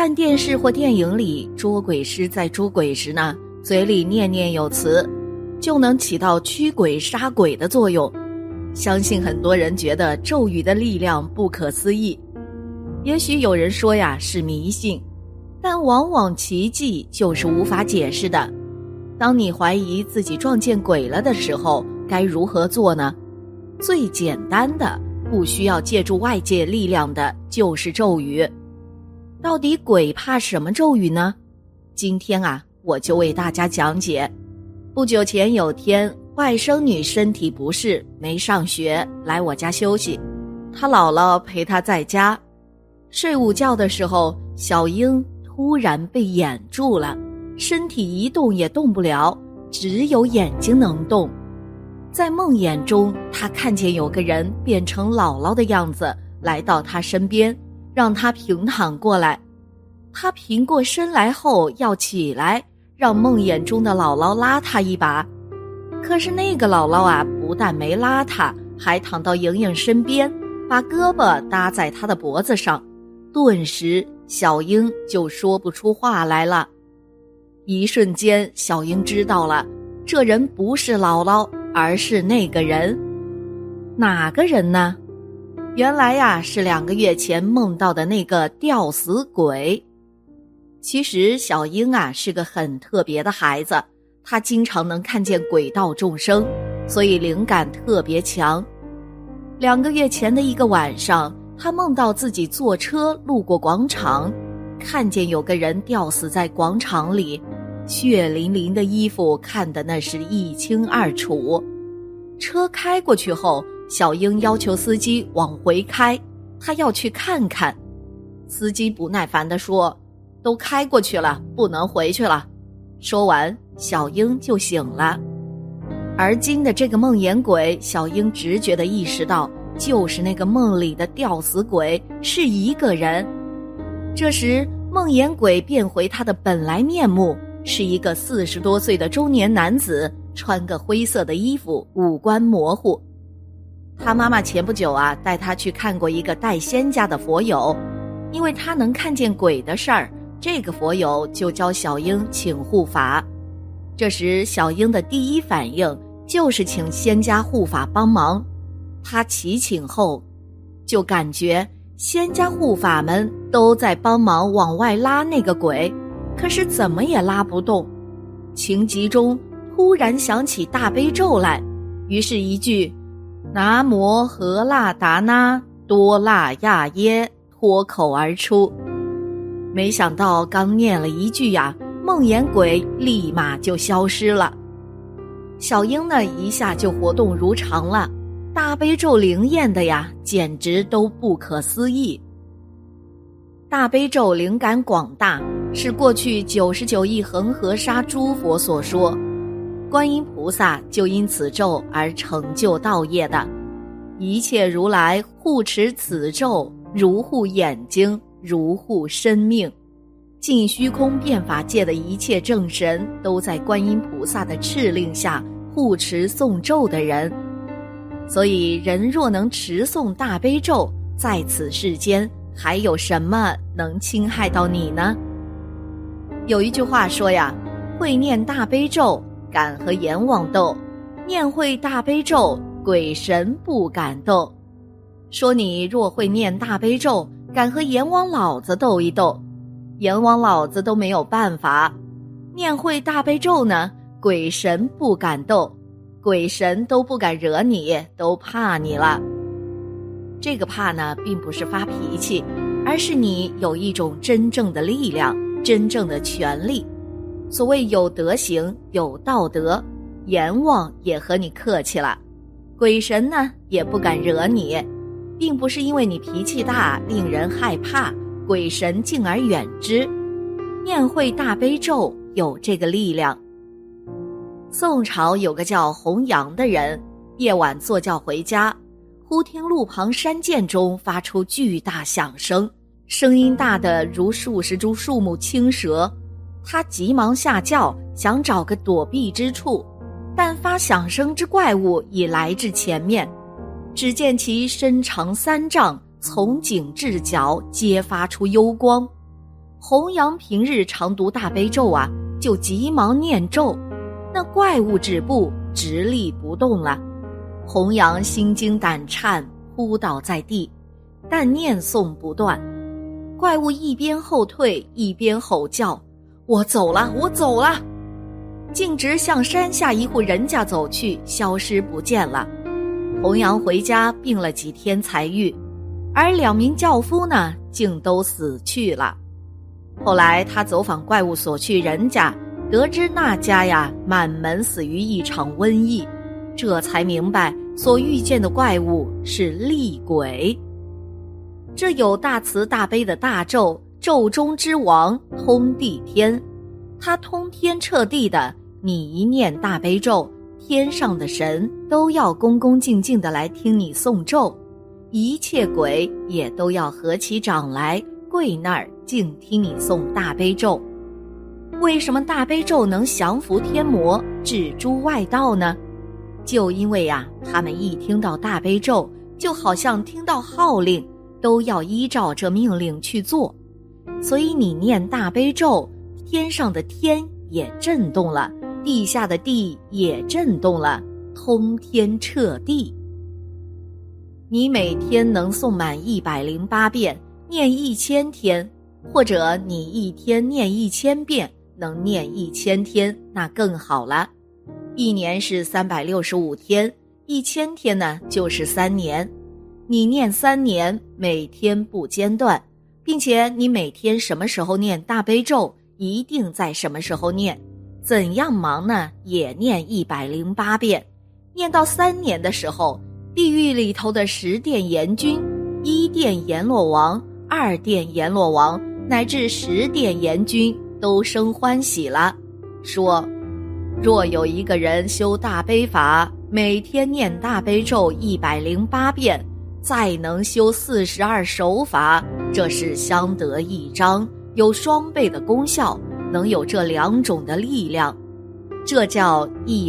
看电视或电影里，捉鬼师在捉鬼时呢，嘴里念念有词，就能起到驱鬼杀鬼的作用。相信很多人觉得咒语的力量不可思议，也许有人说呀是迷信，但往往奇迹就是无法解释的。当你怀疑自己撞见鬼了的时候，该如何做呢？最简单的，不需要借助外界力量的，就是咒语。到底鬼怕什么咒语呢？今天啊，我就为大家讲解。不久前有天，外甥女身体不适，没上学，来我家休息。她姥姥陪她在家。睡午觉的时候，小英突然被掩住了，身体一动也动不了，只有眼睛能动。在梦魇中，她看见有个人变成姥姥的样子，来到她身边，让她平躺过来。她平过身来后要起来，让梦魇中的姥姥拉她一把。可是那个姥姥啊，不但没拉她，还躺到莹莹身边，把胳膊搭在她的脖子上。顿时小英就说不出话来了。一瞬间，小英知道了，这人不是姥姥，而是那个人。哪个人呢？原来呀，是2个月前梦到的那个吊死鬼。其实小英啊是个很特别的孩子，她经常能看见鬼道众生，所以灵感特别强。2个月前的一个晚上，她梦到自己坐车路过广场，看见有个人吊死在广场里，血淋淋的衣服看得那是一清二楚。车开过去后，小英要求司机往回开，她要去看看。司机不耐烦地说，都开过去了，不能回去了。说完，小英就醒了。而今的这个梦魇鬼，小英直觉地意识到，就是那个梦里的吊死鬼是一个人。这时梦魇鬼变回他的本来面目，是一个40多岁的中年男子，穿个灰色的衣服，五官模糊。他妈妈前不久啊，带他去看过一个带仙家的佛友，因为他能看见鬼的事儿，这个佛友就教小英请护法。这时小英的第一反应就是请仙家护法帮忙。他祈请后，就感觉仙家护法们都在帮忙往外拉那个鬼，可是怎么也拉不动。情急中突然想起大悲咒来，于是一句南无何那达那多那亚耶脱口而出。没想到刚念了一句呀，梦魇鬼立马就消失了。小英呢，一下就活动如常了，大悲咒灵验的呀，简直都不可思议。大悲咒灵感广大，是过去99亿恒河沙诸佛所说，观音菩萨就因此咒而成就道业的。一切如来护持此咒，如护眼睛，如护生命。尽虚空变法界的一切正神，都在观音菩萨的敕令下护持诵咒的人。所以人若能持诵大悲咒，在此世间还有什么能侵害到你呢？有一句话说呀，会念大悲咒，敢和阎王斗；念会大悲咒，鬼神不敢斗。说你若会念大悲咒，敢和阎王老子斗一斗，阎王老子都没有办法。念会大悲咒呢，鬼神不敢斗，鬼神都不敢惹你，都怕你了。这个怕呢，并不是发脾气，而是你有一种真正的力量，真正的权利。所谓有德行，有道德，阎王也和你客气了，鬼神呢也不敢惹你，并不是因为你脾气大令人害怕，鬼神敬而远之。念会大悲咒有这个力量。宋朝有个叫弘扬的人，夜晚坐轿回家，忽听路旁山涧中发出巨大响声，声音大得如数十株树木青蛇。他急忙下轿，想找个躲避之处，但发响声之怪物已来至前面。只见其身长3丈，从颈至脚皆发出幽光。 弘扬平日常读大悲咒啊，就急忙念咒，那怪物止步，直立不动了。弘扬心惊胆颤，扑倒在地，但念诵不断。怪物一边后退，一边吼叫：“我走了，我走了！”径直向山下一户人家走去，消失不见了。弘扬回家病了几天才愈，而2名轿夫呢，竟都死去了。后来他走访怪物所去人家，得知那家呀满门死于一场瘟疫，这才明白所遇见的怪物是厉鬼。这有大慈大悲的大咒，咒中之王，通地天。它通天彻地的，你一念大悲咒，天上的神都要恭恭敬敬的来听你诵咒，一切鬼也都要合起掌来跪那儿静听你诵大悲咒。为什么大悲咒能降服天魔，止诸外道呢？就因为呀，他们一听到大悲咒，就好像听到号令，都要依照这命令去做。所以你念大悲咒，天上的天也震动了，地下的地也震动了，通天彻地。你每天能诵满108遍，念1000天，或者你一天念1000遍，能念1000天，那更好了。一年是365天，1000天呢就是3年。你念3年，每天不间断，并且你每天什么时候念大悲咒，一定在什么时候念，怎样忙呢也念108遍。念到3年的时候，地狱里头的10殿阎君、1殿阎罗王、2殿阎罗王乃至10殿阎君都生欢喜了，说：若有一个人修大悲法，每天念大悲咒108遍，再能修42手法，这是相得益彰，有双倍的功效，能有这2种的力量，这叫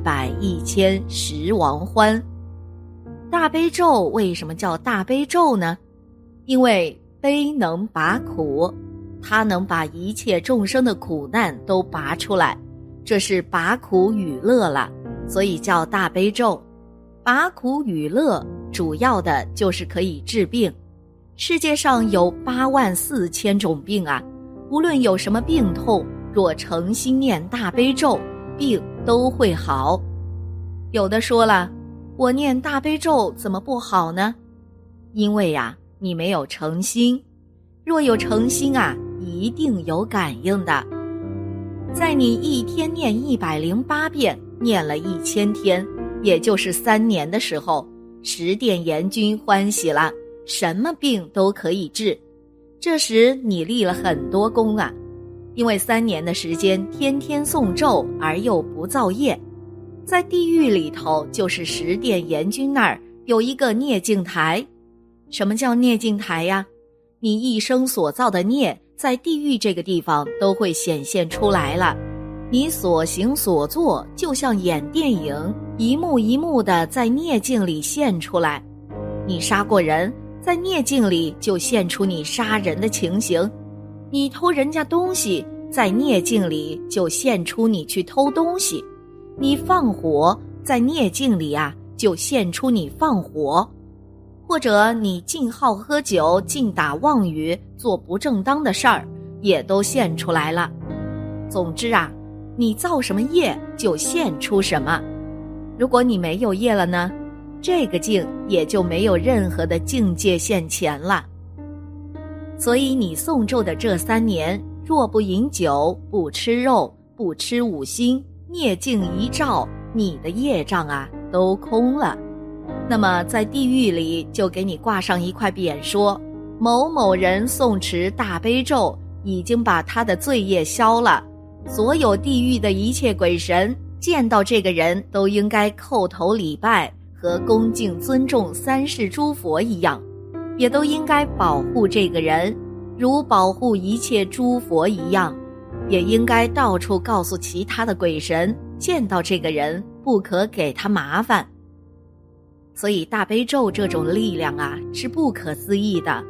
100、1000、10王欢。大悲咒为什么叫大悲咒呢？因为悲能拔苦，它能把一切众生的苦难都拔出来，这是拔苦与乐了，所以叫大悲咒。拔苦与乐主要的就是可以治病。世界上有84000种病啊，无论有什么病痛，若诚心念大悲咒，病都会好。有的说了，我念大悲咒怎么不好呢？因为呀，你没有诚心。若有诚心啊，一定有感应的。在你一天念108遍，念了1000天，也就是3年的时候，10殿阎君欢喜了，什么病都可以治。这时你立了很多功啊，因为3年的时间天天诵咒而又不造业。在地狱里头，就是10殿阎君那儿有一个孽镜台。什么叫孽镜台呀？你一生所造的孽，在地狱这个地方都会显现出来了。你所行所做就像演电影，一幕一幕的在孽镜里现出来。你杀过人，在孽镜里就现出你杀人的情形；你偷人家东西，在孽镜里就现出你去偷东西；你放火，在孽镜里啊就现出你放火；或者你尽好喝酒，尽打妄语，做不正当的事儿，也都现出来了。总之啊，你造什么业就现出什么。如果你没有业了呢，这个境也就没有任何的境界现前了。所以你诵咒的这3年，若不饮酒，不吃肉，不吃五辛，孽境一照，你的业障啊都空了。那么在地狱里就给你挂上一块匾，说某某人诵持大悲咒，已经把他的罪业消了。所有地狱的一切鬼神见到这个人都应该叩头礼拜，和恭敬尊重3世诸佛一样，也都应该保护这个人，如保护一切诸佛一样，也应该到处告诉其他的鬼神，见到这个人不可给他麻烦。所以大悲咒这种力量啊是不可思议的，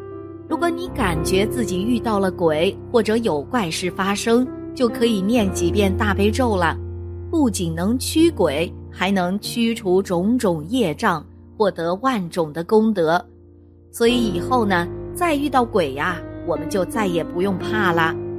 如果你感觉自己遇到了鬼或者有怪事发生，就可以念几遍大悲咒了，不仅能驱鬼，还能驱除种种业障，获得万种的功德。所以以后呢，再遇到鬼呀，我们就再也不用怕啦。